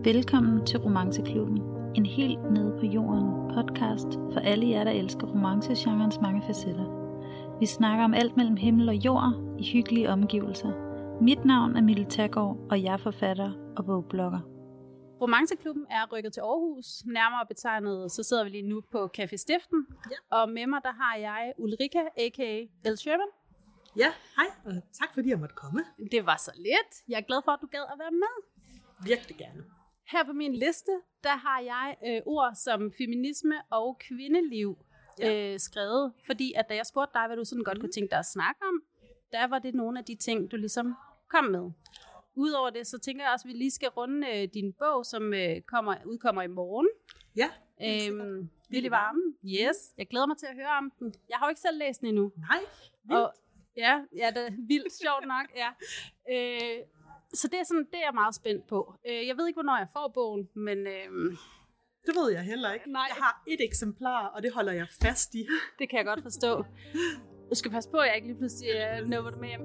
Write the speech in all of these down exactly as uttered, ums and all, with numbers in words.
Velkommen til Romanceklubben, en helt nede på jorden podcast for alle jer, der elsker romancegenrens mange facetter. Vi snakker om alt mellem himmel og jord i hyggelige omgivelser. Mit navn er Mille Taggaard, og jeg er forfatter og bogblogger. Romanceklubben er rykket til Aarhus. Nærmere betegnet, så sidder vi lige nu på Café Stiften. Ja. Og med mig, der har jeg Ulrika, a k a. Elle Sherman. Ja, hej, og tak fordi jeg måtte komme. Det var så let. Jeg er glad for, at du gad at være med. Virkelig gerne. Her på min liste, der har jeg øh, ord som feminisme og kvindeliv ja. øh, skrevet. Fordi at da jeg spurgte dig, hvad du sådan mm. godt kunne tænke dig at snakke om, der var det nogle af de ting, du ligesom kom med. Udover det, så tænker jeg også, at vi lige skal runde øh, din bog, som øh, kommer, udkommer i morgen. Ja. Øhm, Vild i varmen. Yes. Jeg glæder mig til at høre om den. Jeg har jo ikke selv læst den endnu. Nej, vildt. Og, ja, ja, det er vildt sjovt nok. Ja. Øh, så det er, sådan, det er jeg meget spændt på. Øh, jeg ved ikke, hvornår jeg får bogen, men... Øh, det ved jeg heller ikke. Nej. Jeg har et eksemplar, og det holder jeg fast i. Det kan jeg godt forstå. Du skal passe på, at jeg ikke lige pludselig uh, når det med hjem.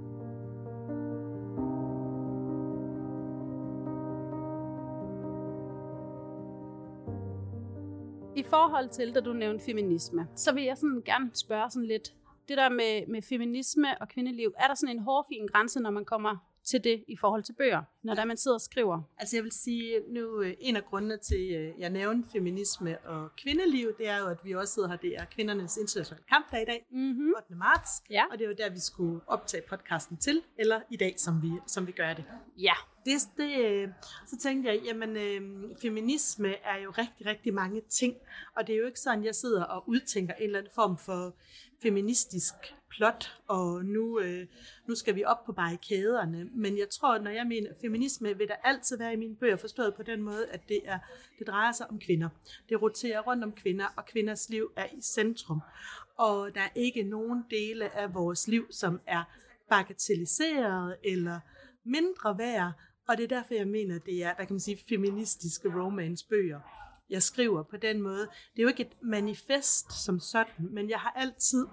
I forhold til, da du nævnte feminisme, så vil jeg sådan gerne spørge sådan lidt, det der med, med feminisme og kvindeliv, er der sådan en hårfin grænse, når man kommer til det i forhold til bøger, når der man sidder og skriver? Altså jeg vil sige, nu en af grundene til, at jeg nævner feminisme og kvindeliv, det er jo, at vi også sidder her, det er kvindernes internationale kampdag i dag, mm-hmm. ottende marts, ja. Og det er jo der, vi skulle optage podcasten til, eller i dag, som vi, som vi gør det. Ja. Det, det, så tænkte jeg, jamen øh, feminisme er jo rigtig, rigtig mange ting, og det er jo ikke sådan, jeg sidder og udtænker en eller anden form for feministisk plot, og nu, øh, nu skal vi op på barrikaderne, men jeg tror, når jeg mener feminisme, vil der altid være i mine bøger forstået på den måde, at det, er, det drejer sig om kvinder. Det roterer rundt om kvinder, og kvinders liv er i centrum, og der er ikke nogen dele af vores liv, som er bagatelliseret eller mindre værd. Og det er derfor, jeg mener, det er, hvad kan man sige, feministiske romance-bøger, jeg skriver på den måde. Det er jo ikke et manifest som sådan, men jeg har altid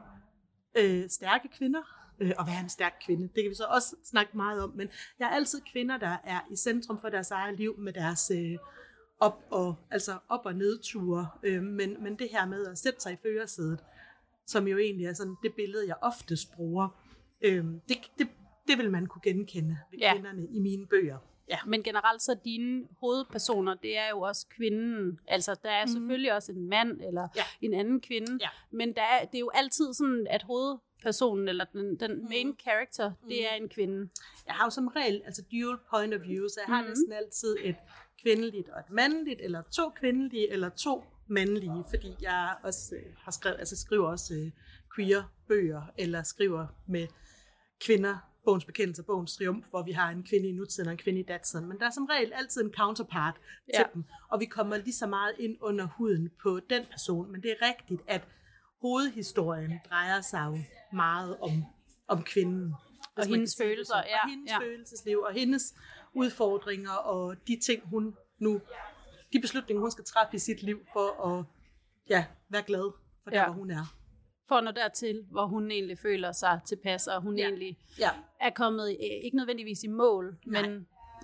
øh, stærke kvinder, øh, og være en stærk kvinde, det kan vi så også snakke meget om, men jeg har altid kvinder, der er i centrum for deres eget liv, med deres øh, op- og, altså op- og nedture, øh, men, men det her med at sætte sig i førersædet, som jo egentlig er sådan det billede, jeg oftest bruger, øh, det, det Det vil man kunne genkende ved ja. kvinderne i mine bøger. Ja, men generelt så dine hovedpersoner, det er jo også kvinden. Altså, der er mm. selvfølgelig også en mand eller ja. en anden kvinde. Ja. Men der er, det er jo altid sådan, at hovedpersonen, eller den, den main mm. character, det mm. er en kvinde. Jeg har jo som regel, altså dual point of view, så jeg har mm. næsten altid et kvindeligt og et mandligt, eller to kvindelige, eller to mandlige, fordi jeg også øh, har skrevet, altså skriver også øh, queer-bøger, eller skriver med kvinder, bogens bekendelse, bogens triumf, hvor vi har en kvinde i nutiden og en kvinde i datiden. Men der er som regel altid en counterpart ja. til dem, og vi kommer lige så meget ind under huden på den person. Men det er rigtigt, at hovedhistorien drejer sig jo meget om, om kvinden. Og hendes følelser. Ja. Og hendes ja. følelsesliv, og hendes udfordringer, og de ting, hun nu, de beslutninger, hun skal træffe i sit liv, for at ja, være glad for der, ja. hvor hun er. For at nå dertil, hvor hun egentlig føler sig tilpas, og hun ja. egentlig ja. er kommet, ikke nødvendigvis i mål, Nej. men...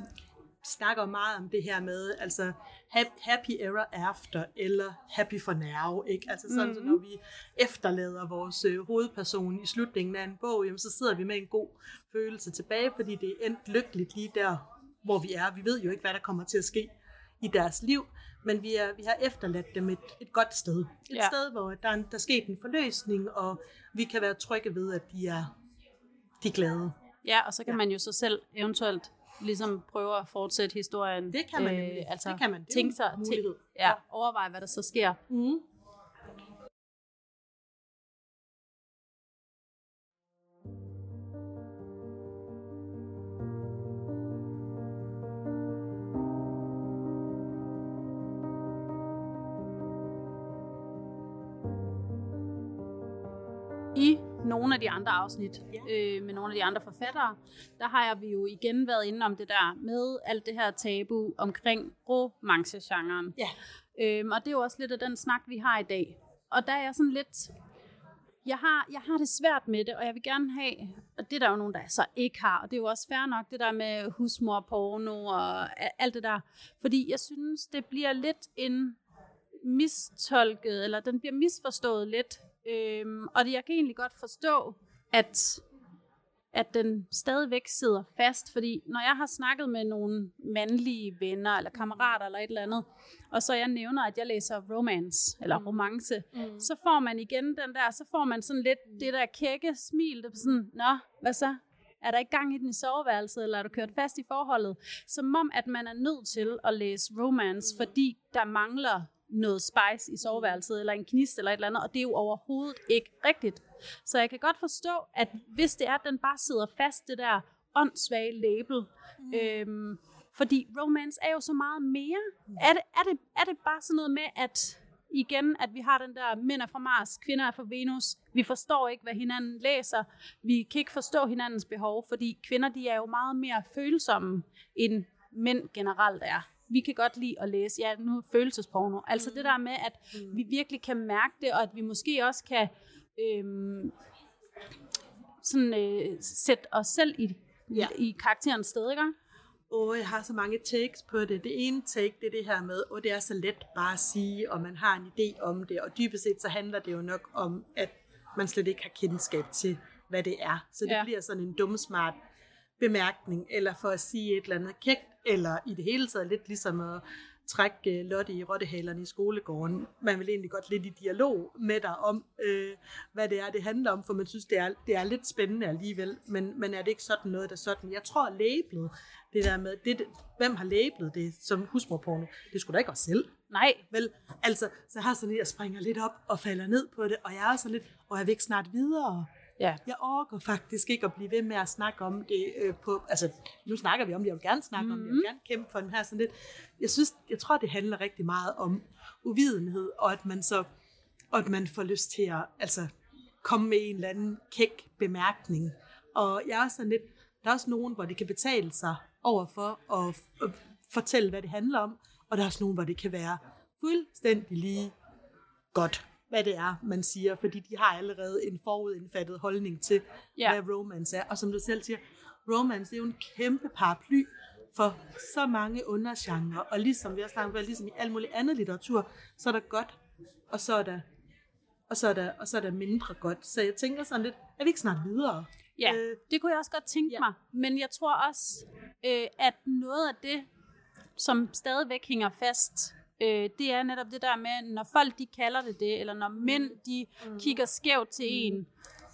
Vi snakker meget om det her med, altså happy ever after, eller happy for now, ikke? Altså sådan, mm-hmm. så når vi efterlader vores øh, hovedperson i slutningen af en bog, jamen, så sidder vi med en god følelse tilbage, fordi det er endt lykkeligt lige der, hvor vi er. Vi ved jo ikke, hvad der kommer til at ske i deres liv, men vi, er, vi har efterladt dem et, et godt sted. Et ja. sted, hvor der er, der er sket en forløsning, og vi kan være trygge ved, at de er, de er glade. Ja, og så kan ja. man jo så selv eventuelt ligesom prøve at fortsætte historien. Det kan man nemlig. Øh, altså det kan man. Det tænke sig, mulighed. Tænk, ja, overveje, hvad der så sker. Mm. I nogle af de andre afsnit ja. øh, med nogle af de andre forfattere, der har jeg vi jo igen været inde om det der med alt det her tabu omkring romancegenren. Ja. Øhm, og det er jo også lidt af den snak, vi har i dag. Og der er jeg sådan lidt, Jeg har, jeg har det svært med det, og jeg vil gerne have, og det er der jo nogen, der så ikke har, og det er jo også fair nok, det der med husmorporno og alt det der. Fordi jeg synes, det bliver lidt en mistolket, eller den bliver misforstået lidt. Øhm, og det, jeg kan egentlig godt forstå, at, at den stadigvæk sidder fast, fordi når jeg har snakket med nogle mandlige venner, eller kammerater, eller et eller andet, og så jeg nævner, at jeg læser romance, eller romance, mm. så får man igen den der, så får man sådan lidt det der kække smil, det er sådan, nå, hvad så? Er der ikke gang i den i soveværelset, eller er du kørt fast i forholdet? Som om, at man er nødt til at læse romance, fordi der mangler noget spice i soveværelset, eller en knist, eller et eller andet, og det er jo overhovedet ikke rigtigt. Så jeg kan godt forstå, at hvis det er, at den bare sidder fast, det der åndssvage label, mm. øhm, fordi romance er jo så meget mere. Mm. Er, det, er, det, er det bare sådan noget med, at igen, at vi har den der mænd er fra Mars, kvinder er fra Venus, vi forstår ikke, hvad hinanden læser, vi kan ikke forstå hinandens behov, fordi kvinder, de er jo meget mere følsomme, end mænd generelt er. Vi kan godt lide at læse, ja, nu følelsesporno. Altså mm. det der med, at mm. vi virkelig kan mærke det, og at vi måske også kan øhm, sådan, øh, sætte os selv i, ja. i, i karakterens sted, ikke? Åh, oh, jeg har så mange takes på det. Det ene take, det er det her med, åh, oh, det er så let bare at sige, og man har en idé om det, og dybest set så handler det jo nok om, at man slet ikke har kendskab til, hvad det er. Så det ja. bliver sådan en dumsmart bemærkning, eller for at sige et eller andet kægt, eller i det hele taget lidt ligesom at trække Lotte i rottehalerne i skolegården. Man vil egentlig godt lidt i dialog med dig om, øh, hvad det er, det handler om, for man synes, det er, det er lidt spændende alligevel, men, men er det ikke sådan noget, der sådan? Jeg tror, labelet, det der med, det, hvem har labelet det som husmorporno? Det skulle da ikke være selv. Nej. Vel, altså, så har sådan lidt, jeg springer lidt op og falder ned på det, og jeg er sådan lidt, og jeg vil ikke snart videre. Ja. Jeg orker faktisk ikke at blive ved med at snakke om det øh, på, altså nu snakker vi om det, jeg vil gerne snakke mm-hmm. om det, jeg vil gerne kæmpe for den her sådan lidt. Jeg synes, jeg tror, det handler rigtig meget om uvidenhed, og at man så, og at man får lyst til at altså, komme med en eller anden kæk bemærkning. Og jeg er også sådan lidt, der er også nogen, hvor det kan betale sig overfor at, at fortælle, hvad det handler om, og der er også nogen, hvor det kan være fuldstændig lige godt, hvad det er, man siger, fordi de har allerede en forudindfattet holdning til, ja. hvad romance er. Og som du selv siger, romance er jo en kæmpe paraply for så mange undergenrer, og ligesom vi har snakket om, ligesom i alt muligt andet litteratur, så er der godt, og så er der, og så er der, og så er der mindre godt. Så jeg tænker sådan lidt, er vi ikke snart videre? Ja, øh, det kunne jeg også godt tænke ja. mig, men jeg tror også, øh, at noget af det, som stadigvæk hænger fast, Øh, det er netop det der med, når folk de kalder det det, eller når mænd de mm. kigger skævt til mm. en.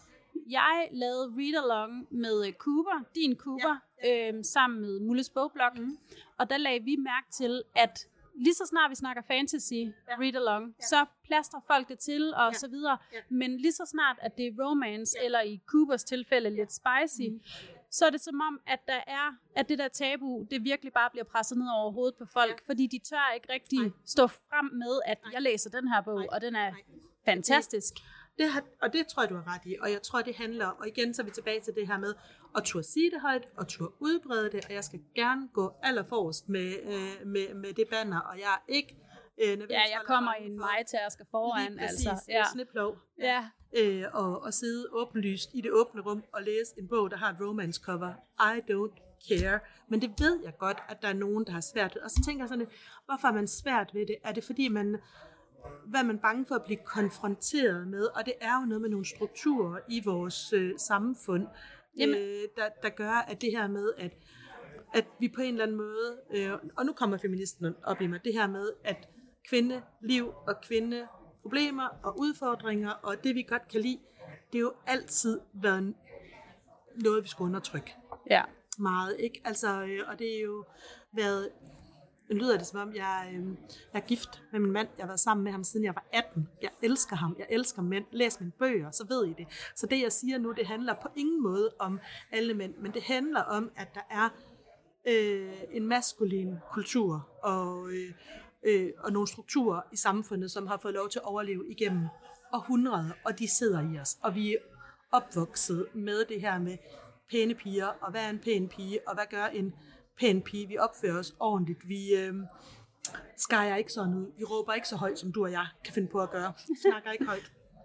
Jeg lavede read-along med Cooper, din Cooper, ja, ja. Øh, sammen med Mulles Bogblog, mm. og der lagde vi mærke til, at lige så snart vi snakker fantasy ja. read-along, ja. så plaster folk det til, og ja. så videre. Ja. Men lige så snart, at det er romance, ja. eller i Coopers tilfælde lidt spicy, mm. så er det som om, at der er, at det der tabu, det virkelig bare bliver presset ned over hovedet på folk, ja. fordi de tør ikke rigtig Nej. stå frem med, at Nej. jeg læser den her bog, Nej. og den er Nej. fantastisk. Det, det har, og det tror jeg, du har ret i, og jeg tror, det handler om, og igen så er vi tilbage til det her med, at turde sige det højt, og turde udbrede det, og jeg skal gerne gå allerforrest med, øh, med, med det banner, og jeg er ikke øh, nervøs. Ja, jeg kommer i en majtasker foran, lige præcis, altså. Ja, sniplov. Ja. Øh, og, og sidde åbenlyst i det åbne rum og læse en bog, der har et romance cover. I don't care. Men det ved jeg godt, at der er nogen, der har svært ved. Og så tænker jeg sådan lidt, hvorfor er man svært ved det? Er det fordi, man, hvad er man bange for at blive konfronteret med? Og det er jo noget med nogle strukturer i vores øh, samfund, øh, der, der gør, at det her med, at, at vi på en eller anden måde, øh, og nu kommer feministen op i mig, det her med, at kvindeliv og kvinde problemer og udfordringer, og det vi godt kan lide, det er jo altid været noget, vi skulle undertrykke. Ja. Meget, ikke? Altså, øh, og det er jo været, det lyder det som om, jeg, øh, jeg er gift med min mand, jeg har været sammen med ham siden jeg var atten, jeg elsker ham, jeg elsker mænd, læs mine bøger, så ved I det. Så det jeg siger nu, det handler på ingen måde om alle mænd, men det handler om, at der er øh, en maskulin kultur, og øh, Øh, og nogle strukturer i samfundet, som har fået lov til at overleve igennem århundreder, og de sidder i os. Og vi er opvokset med det her med pæne piger, og hvad er en pæn pige, og hvad gør en pæn pige? Vi opfører os ordentligt, vi øh, skærer ikke sådan ud, vi råber ikke så højt, som du og jeg kan finde på at gøre. Vi snakker ikke højt.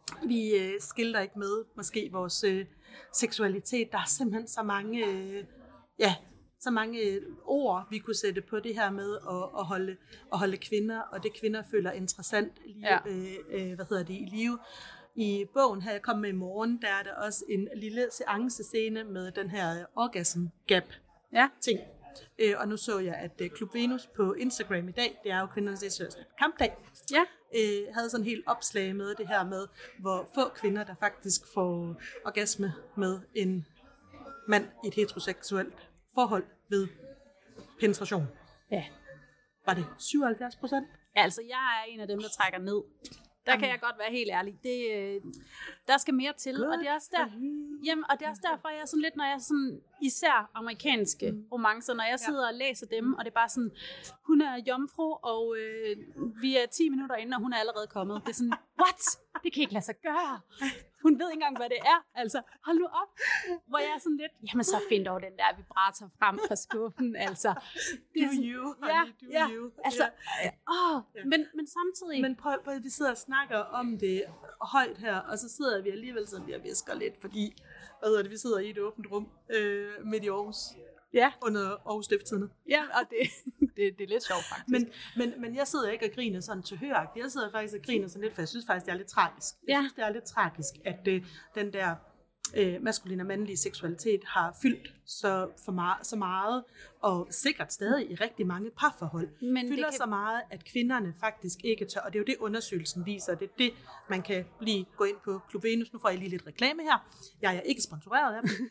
vi øh, skilter ikke med måske vores øh, seksualitet. Der er simpelthen så mange, øh, ja, så mange ord, vi kunne sætte på det her med at, at, holde, at holde kvinder, og det kvinder føler interessant lige, ja. øh, øh, hvad hedder det, i live. I bogen her, jeg kom med i morgen, der er der også en lille seancescene med den her orgasm gap ja. ting. Øh, og nu så jeg, at uh, Klub Venus på Instagram i dag, det er jo kvindernes internationale kampdag, ja. øh, havde sådan en helt opslag med det her med, hvor få kvinder, der faktisk får orgasme med en mand i et heteroseksuelt forhold ved penetration. Ja. Var det syvoghalvfjerds procent? Ja, altså jeg er en af dem, der trækker ned. Der Jamen. kan jeg godt være helt ærlig. Det, øh, der skal mere til, Good og det er også der, jamen, og det er også derfor, jeg er sådan lidt, når jeg sådan, især amerikanske mm. romancer, når jeg sidder ja. og læser dem, og det er bare sådan, hun er jomfru, og øh, vi er ti minutter inde, og hun er allerede kommet. Det er sådan, what? Det kan ikke lade sig gøre. Hun ved ikke engang, hvad det er. Altså, hold nu op. Hvor jeg er sådan lidt, jamen så find dog den der vibrator frem fra skuffen. Altså, det er do sådan, you, honey, ja, do ja, you. altså, Yeah. åh, Ja. men, men samtidig... Men prøv, prøv, vi sidder og snakker om det højt her, og så sidder vi alligevel sådan lige og visker lidt, fordi hvad hedder det, vi sidder i et åbent rum øh, midt i Aarhus. Ja. Under Aarhus Stiftstidende. Ja, og det, det, det er lidt sjovt faktisk. Men, men, men jeg sidder ikke og griner sådan til høragt. Jeg sidder faktisk og griner sådan lidt, for jeg synes faktisk, det er lidt tragisk. Jeg ja. synes, det er lidt tragisk, at øh, den der øh, maskuline og mandlige seksualitet har fyldt så, for meget, så meget, og sikkert stadig i rigtig mange parforhold, men fylder kan... så meget, at kvinderne faktisk ikke tør, og det er jo det, undersøgelsen viser. Det er det, man kan lige gå ind på Klub Venus. Nu får jeg lige lidt reklame her. Jeg er ikke sponsoreret af dem.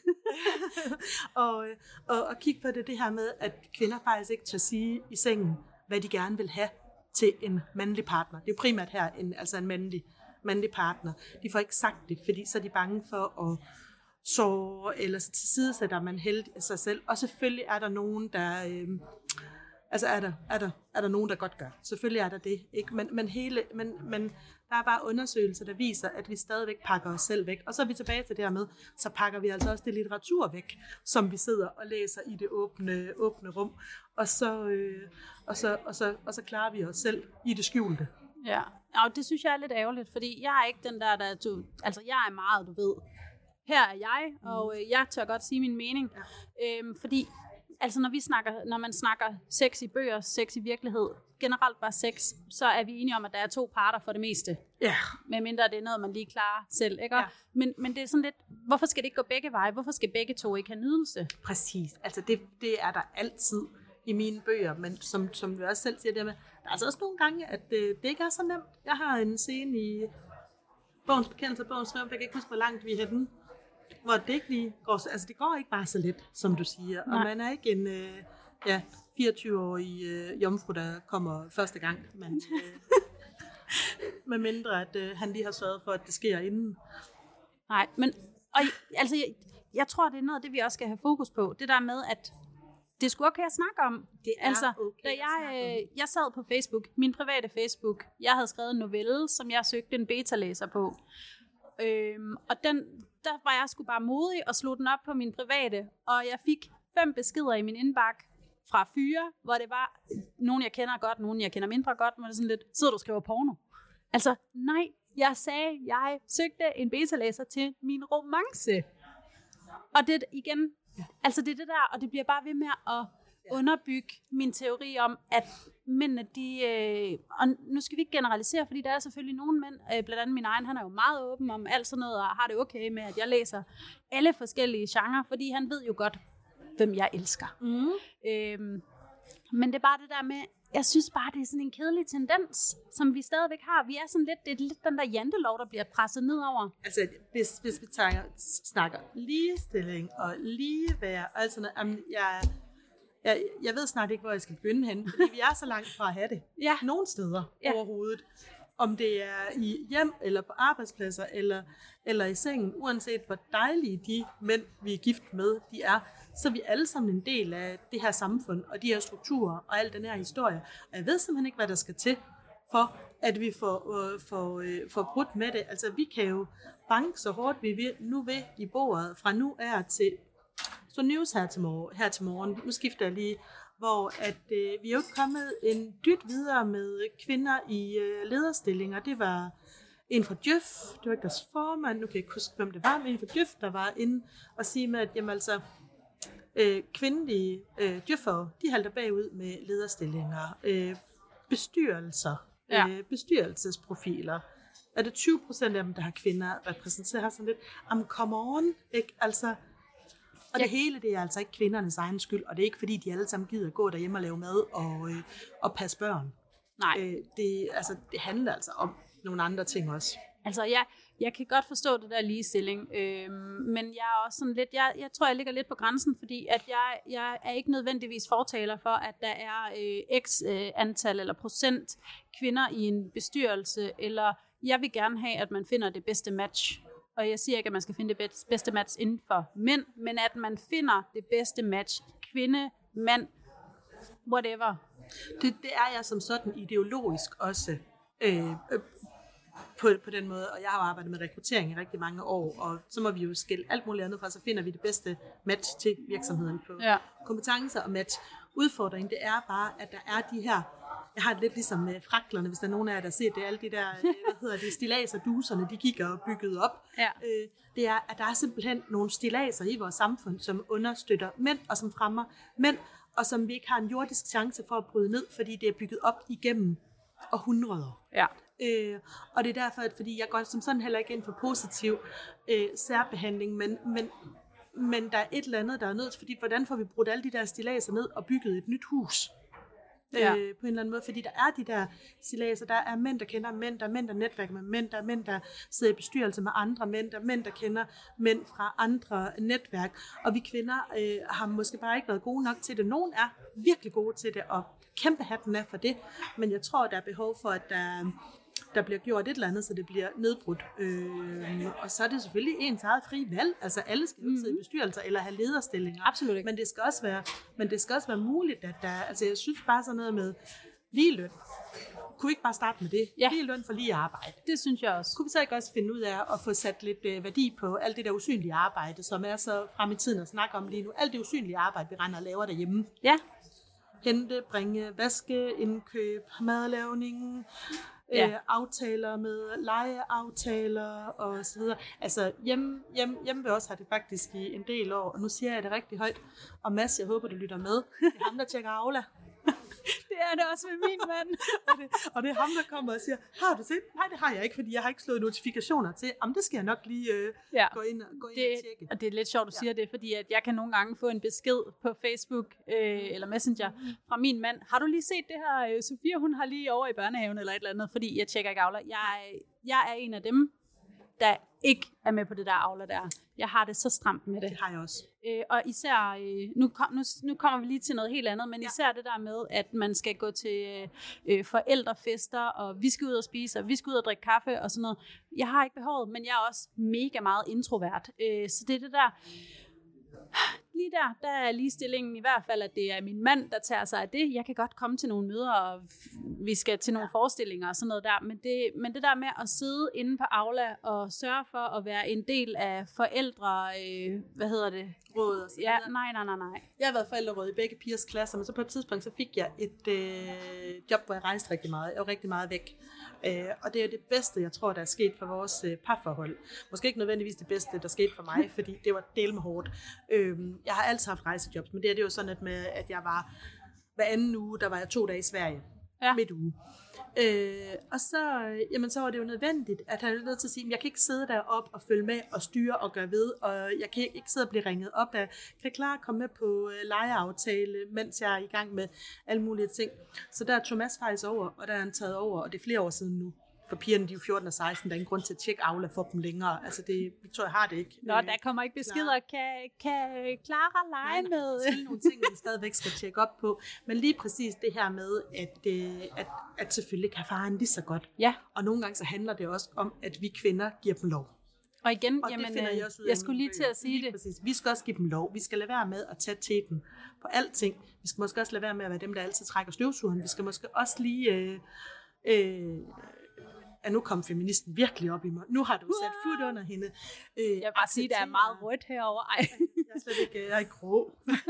og, og, og kigge på det, det her med, at kvinder faktisk ikke tør sige i sengen, hvad de gerne vil have til en mandlig partner. Det er jo primært her, en, altså en mandlig, mandlig partner. De får ikke sagt det, fordi så er de bange for at sove, eller så tilsidesætter man heldig sig selv. Og selvfølgelig er der nogen, der... Øh, altså er der, er, der, er der nogen, der godt gør. Selvfølgelig er der det. Ikke? Men, men, hele, men, men der er bare undersøgelser, der viser, at vi stadigvæk pakker os selv væk. Og så er vi tilbage til det her med, så pakker vi altså også det litteratur væk, som vi sidder og læser i det åbne, åbne rum. Og så, øh, og, så, og, så, og så klarer vi os selv i det skjulte. Ja, og det synes jeg er lidt ærgerligt, fordi jeg er ikke den der, der du, altså jeg er meget, du ved. Her er jeg, og øh, jeg tør godt sige min mening. Ja. Øhm, fordi altså når vi snakker, når man snakker sex i bøger, sex i virkelighed, generelt bare sex, så er vi enige om, at der er to parter for det meste. Ja. Medmindre det er noget, man lige klarer selv, ikke? Ja. Men, men det er sådan lidt, hvorfor skal det ikke gå begge veje? Hvorfor skal begge to ikke have nydelse? Præcis. Altså det, det er der altid i mine bøger, men som, som du også selv siger, det med, der er altså også nogle gange, at det, det ikke er så nemt. Jeg har en scene i bogens bekendelse, bogens skrive, jeg kan ikke huske, hvor langt vi er henne, hvor det ikke lige går, altså det går ikke bare så let, som du siger. Nej. Og man er ikke en øh, ja, fireogtyve-årig øh, jomfru, der kommer første gang. Men, øh, med mindre, at øh, han lige har sørget for, at det sker inden. Nej, men og, altså, jeg, jeg tror, det er noget af det, vi også skal have fokus på. Det der med, at det skulle okay at snakke om. Det er altså, okay da jeg, øh, jeg sad på Facebook, min private Facebook, jeg havde skrevet en novelle, som jeg søgte en beta-læser på. Øhm, og den, der var jeg sgu bare modig og slog den op på min private, og jeg fik fem beskeder i min indbakke fra fyre, hvor det var nogen, jeg kender godt, nogen, jeg kender mindre godt, hvor det sådan lidt, sidder du og skriver porno? Altså, nej, jeg sagde, jeg søgte en beta-læser til min romance. Og det igen, altså det er det der, og det bliver bare ved med at underbygge min teori om, at mændene, de, øh, og nu skal vi ikke generalisere, fordi der er selvfølgelig nogle mænd, øh, blandt andet min egen, han er jo meget åben om alt sådan noget, og har det okay med, at jeg læser alle forskellige genrer, fordi han ved jo godt, hvem jeg elsker. Mm. Øhm, men det er bare det der med, jeg synes bare, det er sådan en kedelig tendens, som vi stadigvæk har. Vi er sådan lidt, det er lidt den der jantelov, der bliver presset ned over. Altså, hvis, hvis vi tager, snakker ligestilling og ligeværd, og alt sådan noget, jamen, jeg, jeg, jeg ved snart ikke, hvor jeg skal begynde hen, fordi vi er så langt fra at have det. Ja. Nogle steder ja. overhovedet. Om det er i hjem, eller på arbejdspladser, eller, eller i sengen, uanset hvor dejlige de mænd, vi er gift med, de er, så er vi alle sammen en del af det her samfund, og de her strukturer, og al den her historie. Og jeg ved simpelthen ikke, hvad der skal til, for at vi får, øh, får, øh, får brudt med det. Altså, vi kan jo banke så hårdt, vi vil, nu ved i bordet, fra nu er til, så news her til, morgen, her til morgen, nu skifter jeg lige, hvor at, øh, vi er jo ikke kommet en dyt videre med kvinder i øh, lederstillinger. Det var en fra Djøf, det var ikke deres formand, nu kan jeg ikke huske, hvem det var, men en fra Djøf, der var inde og sige med, at jamen, altså, øh, kvindelige øh, djøffere, de halter bagud med lederstillinger, øh, bestyrelser, ja. øh, bestyrelsesprofiler. Er det tyve procent af dem, der har kvinder repræsenteret sådan lidt? Jamen, come on, ikke? Altså, og det hele, det er altså ikke kvindernes egen skyld, og det er ikke, fordi de alle sammen gider gå derhjemme og lave mad og, øh, og passe børn. Nej. Øh, det, altså, det handler altså om nogle andre ting også. Altså, jeg, jeg kan godt forstå det der ligestilling, øh, men jeg er også sådan lidt, jeg, jeg tror, jeg ligger lidt på grænsen, fordi at jeg, jeg er ikke nødvendigvis fortaler for, at der er øh, x øh, antal eller procent kvinder i en bestyrelse, eller jeg vil gerne have, at man finder det bedste match. Og jeg siger ikke, at man skal finde det bedste match inden for mænd, men at man finder det bedste match. Kvinde, mand, whatever. Det, det er jeg som sådan ideologisk også øh, øh, på, på den måde, og jeg har arbejdet med rekruttering i rigtig mange år, og så må vi jo skille alt muligt andet fra, så finder vi det bedste match til virksomheden på ja. kompetencer og match. Udfordringen, det er bare, at der er de her, jeg har det lidt ligesom med fraklerne, hvis der er nogen af jer, der ser det, alle de der, hvad hedder det, stillaser, duserne, de gik og byggede op. Ja. Øh, det er, at der er simpelthen nogle stillaser i vores samfund, som understøtter mænd, og som fremmer mænd, og som vi ikke har en jordisk chance for at bryde ned, fordi det er bygget op igennem århundreder. Ja. Øh, og det er derfor, at fordi jeg går som sådan heller ikke ind for positiv øh, særbehandling, men, men, men der er et eller andet, der er nødt til, fordi hvordan får vi brudt alle de der stillaser ned og bygget et nyt hus? Ja. Øh, på en eller anden måde, fordi der er de der stillaser, der er mænd, der kender mænd, der er mænd, der netværker med mænd, der er mænd, der sidder i bestyrelse med andre mænd, der er mænd, der kender mænd fra andre netværk, og vi kvinder øh, har måske bare ikke været gode nok til det. Nogen er virkelig gode til det, og kæmpe hatten af for det, men jeg tror, der er behov for, at der, der bliver gjort et eller andet, så det bliver nedbrudt. Øh, og så er det selvfølgelig ens eget fri valg. Altså alle skal mm. sidde i bestyrelser eller have lederstillinger. Absolut ikke. Men det skal også være, men det skal også være muligt, at der, altså jeg synes bare sådan noget med ligeløn. Kunne vi ikke bare starte med det? Ja. Lige løn for lige arbejde. Det synes jeg også. Kunne vi så ikke også finde ud af at få sat lidt øh, værdi på alt det der usynlige arbejde, som er så frem i tiden at snakke om lige nu. Alt det usynlige arbejde, vi render og laver derhjemme. Ja. Hente, bringe, vaske, indkøb, madlavning, ja. øh, aftaler med lejeaftaler og så videre. Altså hjemme, hjemme, hjemme ved os har det faktisk i en del år, og nu siger jeg det rigtig højt. Og Mads, jeg håber, du lytter med. Det er ham, der tjekker Aula. Det er det også med min mand. og, det, og det er ham, der kommer og siger, har du set? Nej, det har jeg ikke, fordi jeg har ikke slået notifikationer til. Jamen, det skal jeg nok lige øh, ja. gå ind, gå ind det, og tjekke. Og det er lidt sjovt, du ja. siger det, fordi at jeg kan nogle gange få en besked på Facebook øh, eller Messenger fra min mand. Har du lige set det her? Sofia, hun har lige over i børnehaven eller et eller andet, fordi jeg tjekker ikke Aula. Jeg, jeg er en af dem, der ikke er med på det der Aula der. Jeg har det så stramt med det. Det har jeg også. Øh, og især, øh, nu, kom, nu, nu kommer vi lige til noget helt andet, men ja. især det der med, at man skal gå til øh, forældrefester, og vi skal ud og spise, og vi skal ud og drikke kaffe og sådan noget. Jeg har ikke behovet, men jeg er også mega meget introvert. Øh, så det er det der... Lige der, der er ligestillingen i hvert fald, at det er min mand, der tager sig af det. Jeg kan godt komme til nogle møder, og vi skal til nogle ja. forestillinger og sådan noget der. Men det, men det der med at sidde inde på Aula og sørge for at være en del af forældre, øh, hvad hedder det? Råd og sådan ja, nej, nej, nej, nej. Jeg har været forældreråd i begge pigers klasser, men så på et tidspunkt så fik jeg et øh, job, hvor jeg rejste rigtig meget. Jeg var rigtig meget væk. Øh, og det er det bedste, jeg tror, der er sket for vores øh, parforhold. Måske ikke nødvendigvis det bedste, der skete for mig, fordi det var del med hårdt. Øh, jeg har altid haft rejsejobs, men det er det jo sådan, at, med, at jeg var hver anden uge, der var jeg to dage i Sverige. Ja. Midt uge. Øh, og så, jamen, så var det jo nødvendigt, at han er nødt til at sige, at jeg kan ikke sidde deroppe og følge med og styre og gøre ved, og jeg kan ikke sidde og blive ringet op af, kan jeg klare at komme med på lejeaftale, mens jeg er i gang med alle mulige ting. Så der er Thomas faktisk over, og der er han taget over, og det er flere år siden nu. For pigerne, de er jo fjorten og seksten, der er ingen grund til at tjekke Aula for dem længere. Altså det, Victoria har det ikke. Nå, der kommer ikke beskeder. Kan, kan Clara lege med? Der er nogle ting, man stadigvæk skal tjekke op på. Men lige præcis det her med, at, at, at selvfølgelig kan faren lige så godt. Ja. Og nogle gange så handler det også om, at vi kvinder giver dem lov. Og igen, og jamen, jeg, jeg, jeg skulle lige til at sige lige det. Præcis. Vi skal også give dem lov. Vi skal lade være med at tage teten på alting. Vi skal måske også lade være med at være dem, der altid trækker støvsugeren. Vi skal måske også lige... Øh, øh, at nu kom feministen virkelig op i mig. Nu har du sat fod under hende. Øh, jeg vil bare sige, at der er meget rødt herovre. Ej. Jeg er slet ikke, jeg er ikke grå.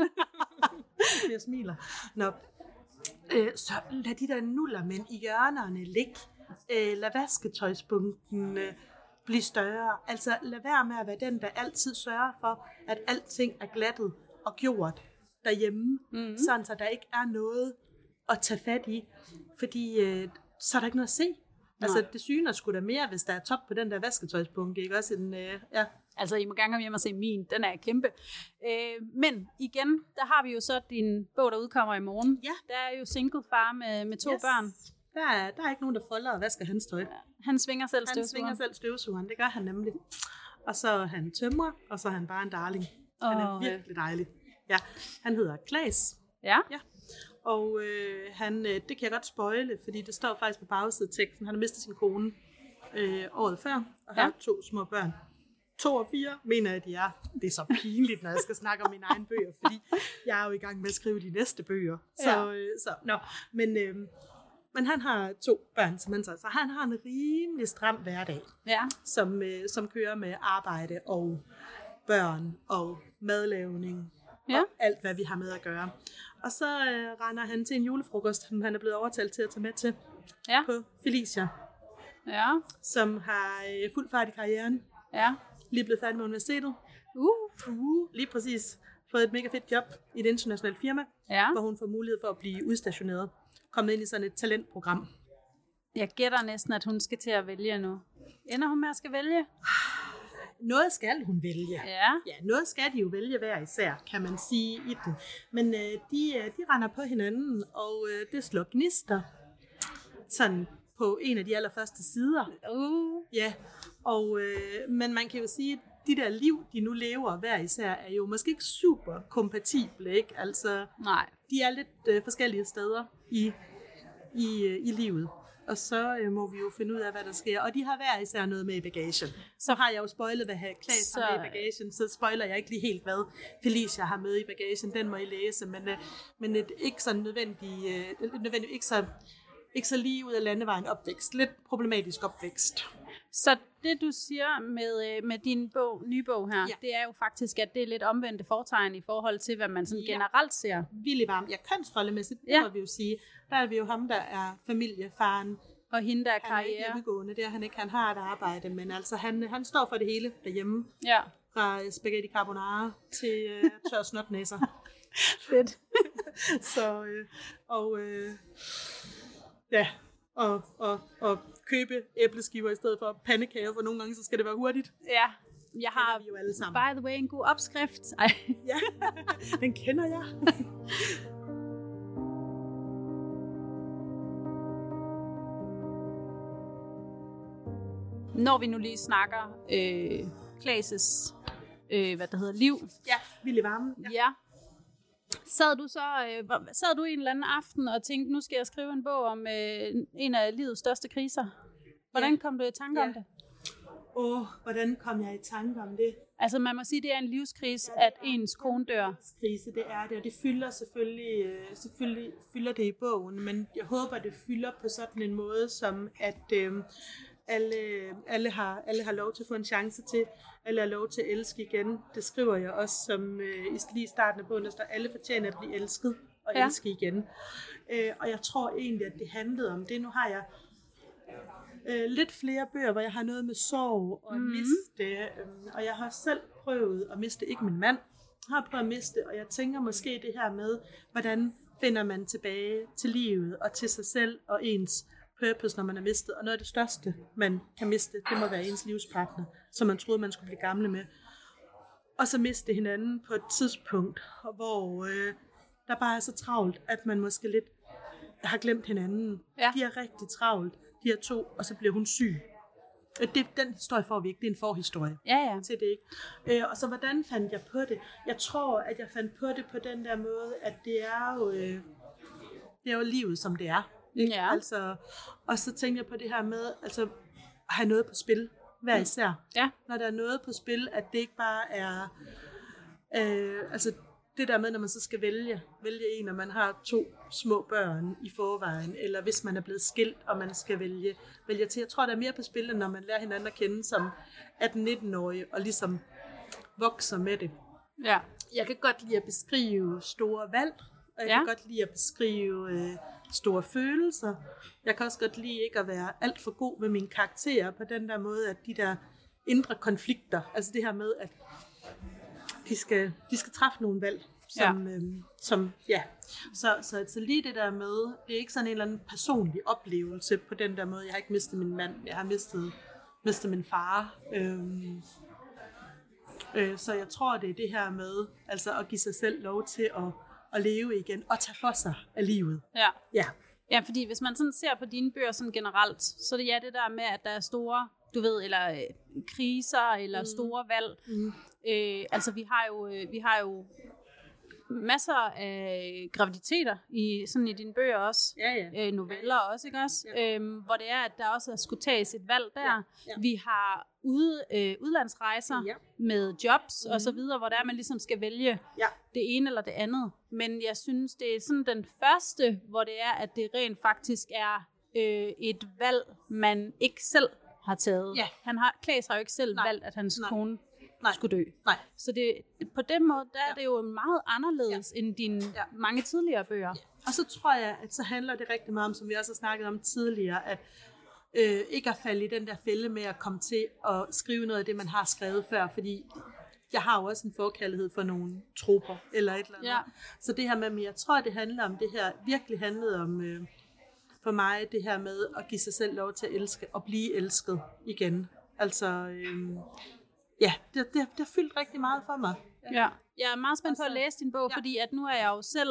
Jeg smiler. Nå. Øh, så lad de der nullermænd i hjørnerne ligge. Øh, lad vasketøjsbunken øh, blive større. Altså lad være med at være den, der altid sørger for, at alting er glattet og gjort derhjemme, mm-hmm. sådan så der ikke er noget at tage fat i, fordi øh, så er der ikke noget at se. Altså, nej. Det syner sgu da mere, hvis der er top på den der vasketøjsbunke, ikke også? En, øh, ja. Altså, I må gerne komme hjem og se min. Den er kæmpe. Øh, men igen, der har vi jo så din bog, der udkommer i morgen. Ja. Der er jo single far med, med to yes. børn. Der er, der er ikke nogen, der folder og vasker hans tøj. Ja. Han svinger selv støvsugeren. Han svinger selv støvsugeren, det gør han nemlig. Og så er han tømrer, og så er han bare en darling. Han er oh, virkelig dejlig. Ja, han hedder Klaas. Ja. Ja. Og øh, han, øh, det kan jeg godt spoile, fordi det står faktisk på bagsideteksten. Han har mistet sin kone øh, året før, og har ja. to små børn. To og fire, mener jeg, de er. Det er så pinligt, når jeg skal snakke om mine egne bøger, fordi jeg er jo i gang med at skrive de næste bøger. Så, ja. øh, så no. Men, øh, men han har to børn, som han så, så han har en rimelig stram hverdag, ja. som, øh, som kører med arbejde og børn og madlavning ja. og alt, hvad vi har med at gøre. Og så øh, render han til en julefrokost, som han er blevet overtalt til at tage med til ja. på Felicia, ja. som har øh, fuld fart i karrieren. Ja. Lige blevet færdig med universitetet. Uh. Uh, lige præcis. Fået et mega fedt job i et internationalt firma, ja. hvor hun får mulighed for at blive udstationeret. Kommet ind i sådan et talentprogram. Jeg gætter næsten, at hun skal til at vælge nu. Ender hun med at skal vælge? Noget skal hun vælge. Ja. Ja, noget skal de jo vælge hver især, kan man sige i den. Men øh, de, de render på hinanden, og øh, det slår gnister. Sådan på en af de allerførste sider. Uh. Ja, og, øh, men man kan jo sige, at de der liv, de nu lever hver især, er jo måske ikke super kompatible, ikke? Altså, nej. De er lidt øh, forskellige steder i, i, øh, i livet. Og så øh, må vi jo finde ud af, hvad der sker. Og de har hver især noget med i bagagen. Så har jeg jo spoilet, hvad Klaas så... har med i bagagen. Så spoiler jeg ikke lige helt, hvad Felicia har med i bagagen. Den må I læse. Men, øh, men et, ikke så nødvendigt, øh, nødvendigt ikke, så, ikke så lige ud af landevejen opvækst. Lidt problematisk opvækst. Så det, du siger med, med din bog, nye bog her, ja. det er jo faktisk, at det er lidt omvendte fortegn i forhold til, hvad man sådan ja. generelt ser. Vildt varmt. Ja, kønsrollemæssigt, det ja. må vi jo sige. Der er vi jo ham, der er familiefaren. Og hende, der er karriere. Han er ikke hjemmegående, det er han ikke. Han har et arbejde, men altså, han, han står for det hele derhjemme. Ja. Fra spaghetti carbonara til øh, tør snotnæser. Fedt. Så, øh, og øh, ja, og, og, og købe æbleskiver i stedet for pandekage, for nogle gange, så skal det være hurtigt. Ja, jeg har vi jo alle sammen. By the way en god opskrift. Ej. Ja, den kender jeg. Når vi nu lige snakker øh, Klaas' øh, hvad det hedder, liv. Ja, vildt varme. Ja. ja. Sad du så øh, sad du en eller anden aften og tænkte, nu skal jeg skrive en bog om øh, en af livets største kriser? Hvordan ja. kom du i tanke ja. om det? Åh, oh, hvordan kom jeg i tanke om det? Altså man må sige, det er en livskrise, ja, at ens kone dør. Krise, det er det, og det fylder selvfølgelig, øh, selvfølgelig fylder det i bogen, men jeg håber, det fylder på sådan en måde, som at øh, alle, alle, har, alle har lov til at få en chance til, alle har lov til at elske igen. Det skriver jeg også som øh, lige i starten af bogen, der står, alle fortjener at blive elsket og ja. elske igen. Øh, og jeg tror egentlig, at det handlede om det. Nu har jeg øh, lidt flere bøger, hvor jeg har noget med sorg og mm-hmm. miste, øh, og jeg har selv prøvet at miste, ikke min mand, jeg har prøvet at miste, og jeg tænker måske det her med, hvordan finder man tilbage til livet og til sig selv og ens purpose, når man er mistet. Og noget af det største, man kan miste, det må være ens livspartner, som man troede, man skulle blive gamle med. Og så miste hinanden på et tidspunkt, hvor øh, der bare er så travlt, at man måske lidt har glemt hinanden. Ja. De er rigtig travlt, de er to, og så bliver hun syg. Det, den historie får vi ikke, det er en forhistorie ja, ja. til det, ikke? Øh, og så hvordan fandt jeg på det? Jeg tror, at jeg fandt på det på den der måde, at det er jo, øh, det er jo livet, som det er. Ja. Altså, og så tænker jeg på det her med altså, at have noget på spil, hver især. Ja. Når der er noget på spil, at det ikke bare er øh, altså det der med, når man så skal vælge, vælge en, når man har to små børn i forvejen, eller hvis man er blevet skilt, og man skal vælge, vælge til. Jeg tror, der er mere på spil, end når man lærer hinanden at kende som atten-nitten-årige, og ligesom vokser med det. Ja. Jeg kan godt lide at beskrive store valg, og jeg Ja. kan godt lide at beskrive øh, store følelser. Jeg kan også godt lide ikke at være alt for god ved mine karakterer på den der måde, at de der indre konflikter, altså det her med, at de skal, de skal træffe nogle valg, som, ja. Øhm, som ja. Så, så, så lige det der med, det er ikke sådan en eller anden personlig oplevelse på den der måde. Jeg har ikke mistet min mand, jeg har mistet, mistet min far. Øhm, øh, så jeg tror, det er det her med altså at give sig selv lov til at, at leve igen og tage for sig af livet. Ja. Ja. Ja, fordi hvis man sådan ser på dine bøger sådan generelt, så er det ja det der med, at der er store, du ved, eller øh, kriser, eller mm. store valg. Mm. Øh, altså vi har jo, øh, vi har jo masser af graviditeter i, sådan i dine bøger også, Ja, ja. Øh, noveller også, ikke også? Ja. Øhm, hvor det er, at der også skulle tages et valg der. Ja, ja. Vi har ude, øh, udlandsrejser Ja. med jobs Mhm. og så videre, hvor der er, man ligesom skal vælge Ja. det ene eller det andet. Men jeg synes, det er sådan den første, hvor det er, at det rent faktisk er øh, et valg, man ikke selv har taget. Ja. Han har, Claes har jo ikke selv Nej. valgt, at hans Nej. kone Nej. skulle dø. Nej. Så det, på den måde, der Ja. er det jo meget anderledes ja. end dine Ja. mange tidligere bøger. Ja. Og så tror jeg, at så handler det rigtig meget om, som vi også har snakket om tidligere, at øh, ikke at falde i den der fælde med at komme til at skrive noget af det, man har skrevet før, fordi jeg har jo også en forkærlighed for nogle troper eller et eller andet. Ja. Så det her med, men jeg tror, det handler om det her, virkelig handlede om øh, for mig, det her med at give sig selv lov til at elske og blive elsket igen. Altså, øh, ja, det, det, det har fyldt rigtig meget for mig. Ja. Jeg er meget spændt på at så- læse din bog, ja. fordi at nu er jeg jo selv,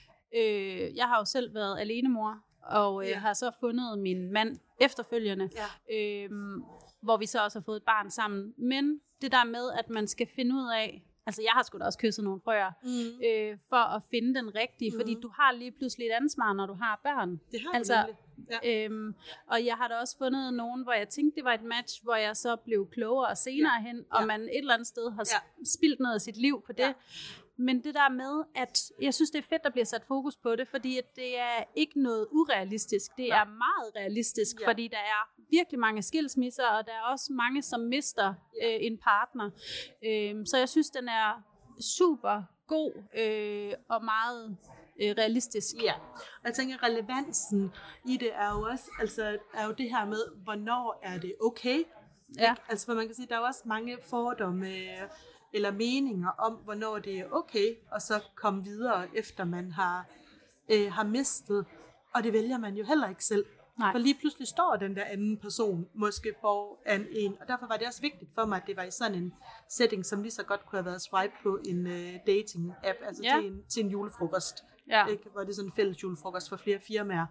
øh, jeg har jo selv været alenemor, og øh, Ja. har så fundet min mand efterfølgende, Ja. øh, hvor vi så også har fået et barn sammen. Men det der med, at man skal finde ud af, altså jeg har sgu da også kysset nogle frøer, Mm. øh, for at finde den rigtige, Mhm. fordi du har lige pludselig et ansvar, når du har børn. Det har Altså, altså, ja. Øhm, og jeg har da også fundet nogen, hvor jeg tænkte, det var et match, hvor jeg så blev klogere senere Ja. hen, og Ja. man et eller andet sted har Ja. spildt noget af sit liv på det. Ja. Men det der med, at jeg synes, det er fedt, der bliver sat fokus på det, fordi at det er ikke noget urealistisk. Det Nej. er meget realistisk, Ja. fordi der er virkelig mange skilsmisser, og der er også mange, som mister Ja. øh, en partner. Øhm, så jeg synes, den er super god øh, og meget øh, realistisk. Ja, og jeg tænker, relevansen i det er jo også, altså, er jo det her med, hvornår er det okay? Ja. Ikke? Altså, for man kan sige, der er jo også mange fordomme eller meninger om, hvornår det er okay, og så komme videre, efter man har, øh, har mistet. Og det vælger man jo heller ikke selv. Nej. For lige pludselig står den der anden person måske foran en, og derfor var det også vigtigt for mig, at det var i sådan en setting, som lige så godt kunne have været swipe på en uh, dating-app, altså Ja. til, en, til en julefrokost, Ja. ikke? Hvor det er sådan en fælles julefrokost for flere firmaer.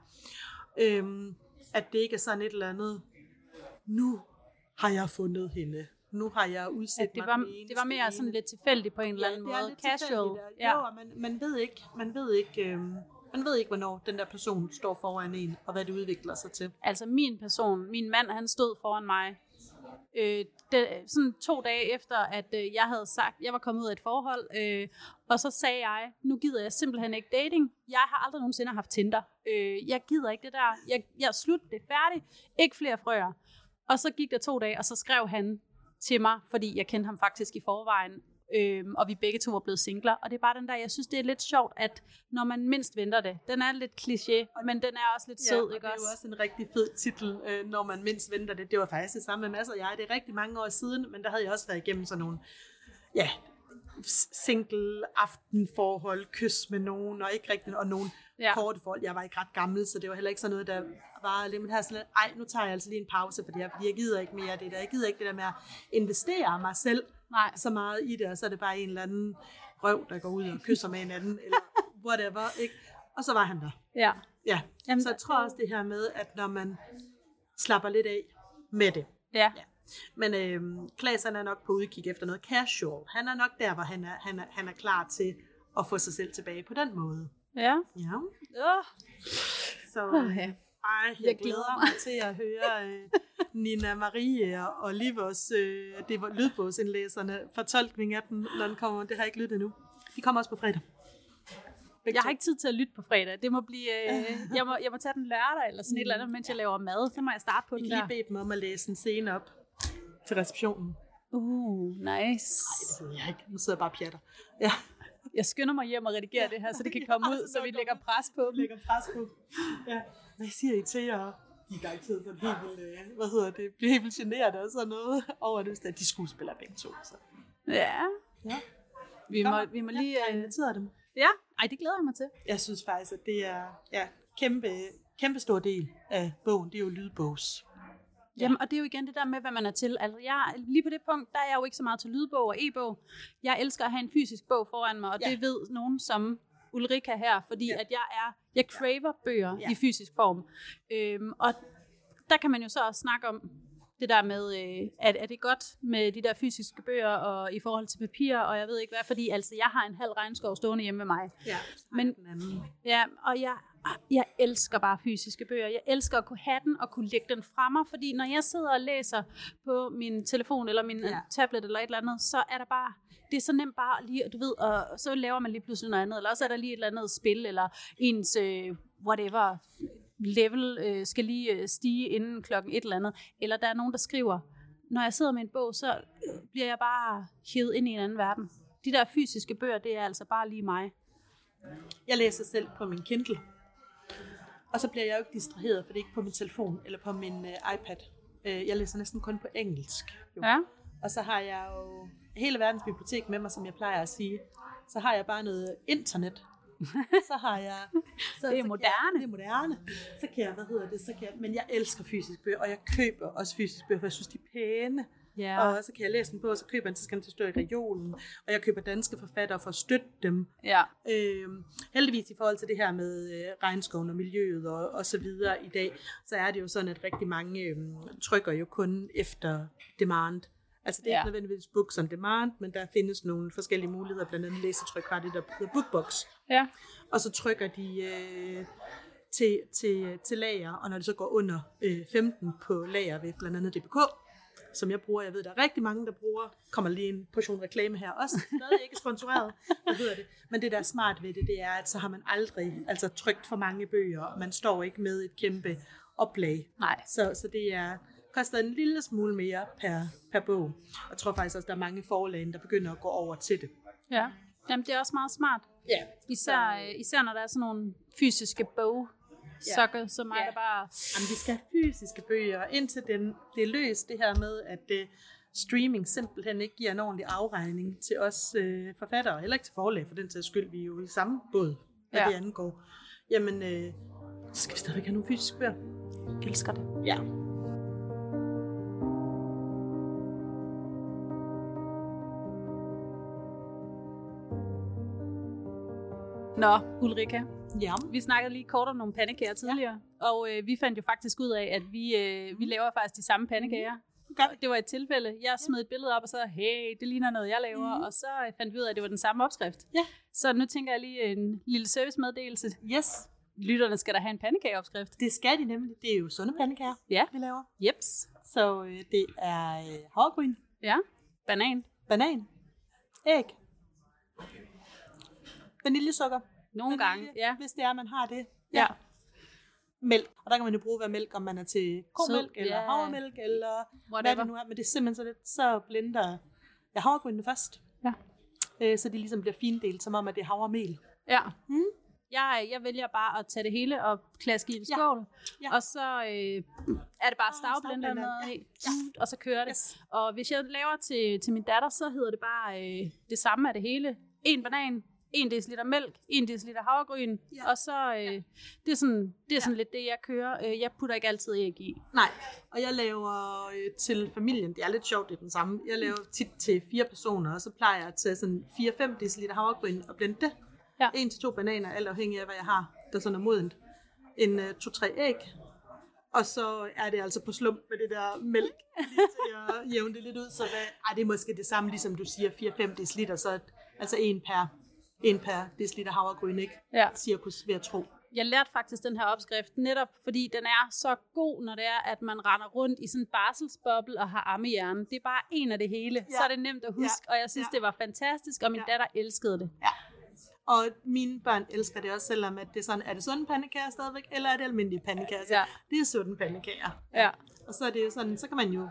Øhm, at det ikke er sådan et eller andet, nu har jeg fundet hende, nu har jeg udset Ja, det mig var, den det eneste var mere ene. sådan lidt tilfældigt på en eller anden det er måde. lidt Casual. tilfældigt, og- Ja. Jo, og man, man ved ikke, man ved ikke, øhm, man ved ikke, hvornår den der person står foran en, og hvad det udvikler sig til. Altså min person, min mand, han stod foran mig. Øh, det, sådan to dage efter, at øh, jeg havde sagt, jeg var kommet ud af et forhold, øh, og så sagde jeg, nu gider jeg simpelthen ikke dating. Jeg har aldrig nogensinde haft Tinder. Øh, jeg gider ikke det der. Jeg, jeg er slut, det er færdigt. Ikke flere frøer. Og så gik der to dage, og så skrev han til mig, fordi jeg kendte ham faktisk i forvejen, øhm, og vi begge to var blevet singler. Og det er bare den der, jeg synes, det er lidt sjovt, at når man mindst venter det, den er lidt kliché, men den er også lidt Ja, sød, og ikke det er jo også? også en rigtig fed titel, øh, når man mindst venter det. Det var faktisk det samme med masser af jeg. Det er rigtig mange år siden, men der havde jeg også været igennem sådan nogle, ja, single aftenforhold, kys med nogen, og ikke rigtig, og nogle Ja. ja. korte forhold. Jeg var ikke ret gammel, så det var heller ikke sådan noget, der var lidt, men her sådan lidt, ej, nu tager jeg altså lige en pause for det her, fordi jeg gider ikke mere af det der. Jeg gider ikke det der med at investere mig selv Nej. så meget i det, og så er det bare en eller anden røv, der går ud og kysser med en anden, eller whatever, ikke? Og så var han der. Ja. Ja, Jamen, så jeg tror også det her med, at når man slapper lidt af med det. Ja. Ja. Men øh, Claes, han er nok på udkig efter noget casual. Han er nok der, hvor han er, han er, han er klar til at få sig selv tilbage på den måde. Ja. Ja. Uh. Så Uh, ja. ej, jeg, Jeg glæder glæder mig til at høre øh, Nina Marie og Olivers, øh, det var lydbogsindlæserne, fortolkning af den, når den kommer. Det har jeg ikke lyttet endnu. De kommer også på fredag. Begge Jeg to. har ikke tid til at lytte på fredag. Det må blive, øh, jeg, må, jeg må tage den lørdag, eller sådan et eller andet, mens jeg laver mad. Så må jeg starte på Jeg den kan lige der. bede dem om at læse en scene op til receptionen. Uh, nice. Det ved jeg ikke. Nu sidder jeg bare og pjatter. Ja. Jeg skynder mig hjem og redigerer ja. det her, så det kan komme ja, ud, så vi lægger pres på dem. lægger pres på ja. Hvad siger I til jer? De er garanteret sådan helt vildt, hvad hedder det, bliver helt vildt generet og sådan noget over det, at de skuespiller begge to. Så. Ja. ja. Vi må, vi må ja, lige... Jeg inviterer dem. Ja, ej, det glæder jeg mig til. Jeg synes faktisk, at det er ja, kæmpe, kæmpe stor del af bogen, det er jo lydbogs. Ja. Jamen, og det er jo igen det der med, hvad man er til. Altså, jeg, lige på det punkt, der er jeg jo ikke så meget til lydbog og e-bog. Jeg elsker at have en fysisk bog foran mig, og ja. det ved nogen som Ulrika her, fordi ja. at jeg er, jeg craver bøger ja. i fysisk form. Øhm, og der kan man jo så også snakke om det der med, øh, at er det godt med de der fysiske bøger og i forhold til papir, og jeg ved ikke hvad, fordi altså jeg har en halv regnskov stående hjemme med mig. Ja, men ja, og jeg jeg elsker bare fysiske bøger. Jeg elsker at kunne have den og kunne lægge den fra mig, fordi når jeg sidder og læser på min telefon eller min ja. tablet eller et eller andet, så er der bare det er så nemt bare lige, du ved, og så laver man lige pludselig noget andet, eller også er der lige et eller andet spil, eller ens øh, whatever level øh, skal lige øh, stige inden klokken et eller andet, eller der er nogen, der skriver, når jeg sidder med en bog, så øh, bliver jeg bare hivet ind i en anden verden. De der fysiske bøger, det er altså bare lige mig. Jeg læser selv på min Kindle, og så bliver jeg jo ikke distraheret, for det er ikke på min telefon eller på min øh, iPad. Øh, jeg læser næsten kun på engelsk. Jo. Ja. Og så har jeg jo hele verdens bibliotek med mig, som jeg plejer at sige. Så har jeg bare noget internet. Så har jeg... Så, det er så moderne. Jeg, det er moderne. Så kan jeg, hvad hedder det, så kan jeg... Men jeg elsker fysiske bøger, og jeg køber også fysiske bøger, for jeg synes, de er pæne. Yeah. Og så kan jeg læse den på, og så køber jeg den, så skal den til stå i reolen. Og jeg køber danske forfattere for at støtte dem. Ja. Øhm, heldigvis i forhold til det her med øh, regnskoven og miljøet og, og så videre i dag, så er det jo sådan, at rigtig mange øh, trykker jo kun efter demand. Altså det er ja. ikke nødvendigvis books on demand, men der findes nogle forskellige muligheder, blandt andet læsetryk har det der hedder Bookbox. Ja. Og så trykker de øh, til, til, til lager, og når det så går under øh, femten på lager ved blandt andet D B K, som jeg bruger, jeg ved, der er rigtig mange, der bruger, kommer lige en portion reklame her også, stadig ikke sponsoreret, hvad hedder det. Men det der er smart ved det, det er, at så har man aldrig altså, trykt for mange bøger, og man står ikke med et kæmpe oplag. Nej. Så, så det er, koster en lille smule mere per, per bog. Og jeg tror faktisk også, der er mange forlag, der begynder at gå over til det. Ja, jamen det er også meget smart. Ja. Især, især når der er sådan nogle fysiske bog. Sokker, så mig, ja. der bare... Jamen, vi skal have fysiske bøger, indtil den, det er løst det her med, at uh, streaming simpelthen ikke giver en ordentlig afregning til os uh, forfattere, heller ikke til forlag, for den sags skyld, vi er jo i samme båd, hvad ja. det angår. Jamen, uh, så skal vi stadigvæk have nogle fysiske bøger. Jeg elsker det. Ja. Nå, Ulrika. Ja. Vi snakkede lige kort om nogle pandekager tidligere, ja. og øh, vi fandt jo faktisk ud af, at vi, øh, vi laver faktisk de samme pandekager. Okay. Det var et tilfælde. Jeg smed et billede op og så, hey, det ligner noget, jeg laver, mm. og så fandt vi ud af, at det var den samme opskrift. Ja. Så nu tænker jeg lige en lille servicemeddelelse. Yes. Lytterne skal da have en pandekageopskrift. Det skal de nemlig. Det er jo sunde pandekager, ja. vi laver. Jeps. Så øh, det er øh, havregryn. Ja. Banan. Banan. Æg. Vaniljesukker. Nogle Vanilje, gange, ja. Hvis det er, man har det. Ja. Mælk. Og der kan man jo bruge hver mælk, om man er til komælk, eller yeah. havremælk, eller Whatever. Hvad det nu er. Men det er simpelthen så lidt, så blender jeg havregrynene først. Ja. Øh, så det ligesom bliver findelt, som om at det er havremel. Ja. Mm. Jeg, jeg vælger bare at tage det hele og klaske i en skål. Ja. Ja. Og så øh, er det bare stavblender noget i. Ja. Og så kører det. Yes. Og hvis jeg laver til, til min datter, så hedder det bare øh, det samme af det hele. En banan. en deciliter mælk, en deciliter havregryn, ja. og så, øh, ja. det er sådan, det er sådan ja. lidt det, jeg kører. Jeg putter ikke altid æg i. Nej, og jeg laver øh, til familien, det er lidt sjovt, det er den samme. Jeg laver tit til fire personer, og så plejer jeg at tage sådan fire til fem deciliter havregryn og blende det. Ja. En til to bananer, alt afhængig af, hvad jeg har, der sådan er modent. En øh, to-tre æg, og så er det altså på slump med det der mælk, lige til at jævne det lidt ud. Så hvad, ej, det er måske det samme, ligesom du siger, fire til fem deciliter, så altså en per En per deciliter havregryn, ikke? Ja. Cirkus, ved at tro. Jeg lærte faktisk den her opskrift, netop fordi den er så god, når det er, at man render rundt i sådan en barselsboble og har ammehjerne. Det er bare en af det hele. Ja. Så er det nemt at huske, ja. og jeg synes, ja. det var fantastisk, og min ja. datter elskede det. Ja. Og mine børn elsker det også, selvom at det er sådan, er det sunde pandekager stadigvæk, eller er det almindelige pandekager? Ja. Det er sunde pandekager. Ja. Og så er det jo sådan, så kan man jo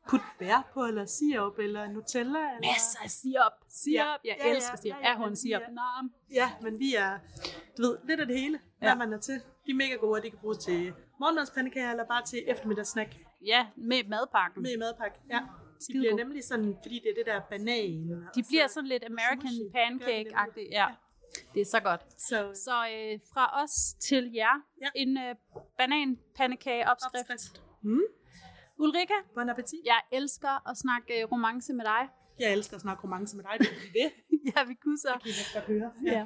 putte bær på, eller sirup, eller Nutella. Eller... Masser af sirup. Sirup. Jeg Ja, ja, elsker sirup. ja, ja, Er hun men sirup? vi er- Nej. Ja, men vi er, du ved, lidt af det hele, hvad Ja. man er til. De er mega gode, og de kan bruges til morgenmadspandekager, eller bare til eftermiddagssnack Ja, med madpakken. med i madpakke. Ja. De Skide bliver god. nemlig sådan, fordi det er det der banan. De bliver sådan lidt American smushy. pancake-agtige. Ja. Det er så godt. Så, Så øh, fra os til jer, Ja. en øh, banan-pandekage-opskrift. opskrift. Mm. Ulrika, Bon appetit. jeg elsker at snakke øh, romance med dig. Jeg elsker at snakke romance med dig. Det er det. Ja, vi kunne så. Det kan I godt høre. Ja.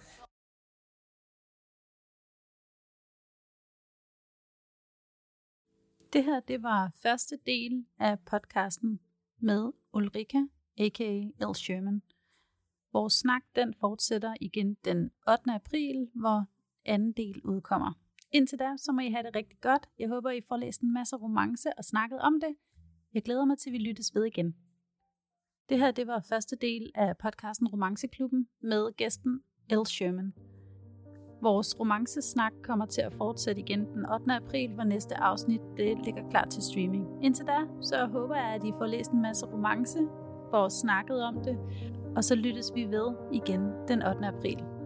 Det her, det var første del af podcasten med Ulrika, a k a. L. Sherman. Vores snak, den fortsætter igen den ottende april, hvor anden del udkommer. Indtil da, så må I have det rigtig godt. Jeg håber, I får læst en masse romance og snakket om det. Jeg glæder mig til, at vi lyttes ved igen. Det her, det var første del af podcasten Romanceklubben med gæsten L. Sherman. Vores romancesnak kommer til at fortsætte igen den ottende april, hvor næste afsnit det ligger klar til streaming. Indtil da, så håber jeg, at I får læst en masse romance, får snakket om det, og så lyttes vi ved igen den ottende april.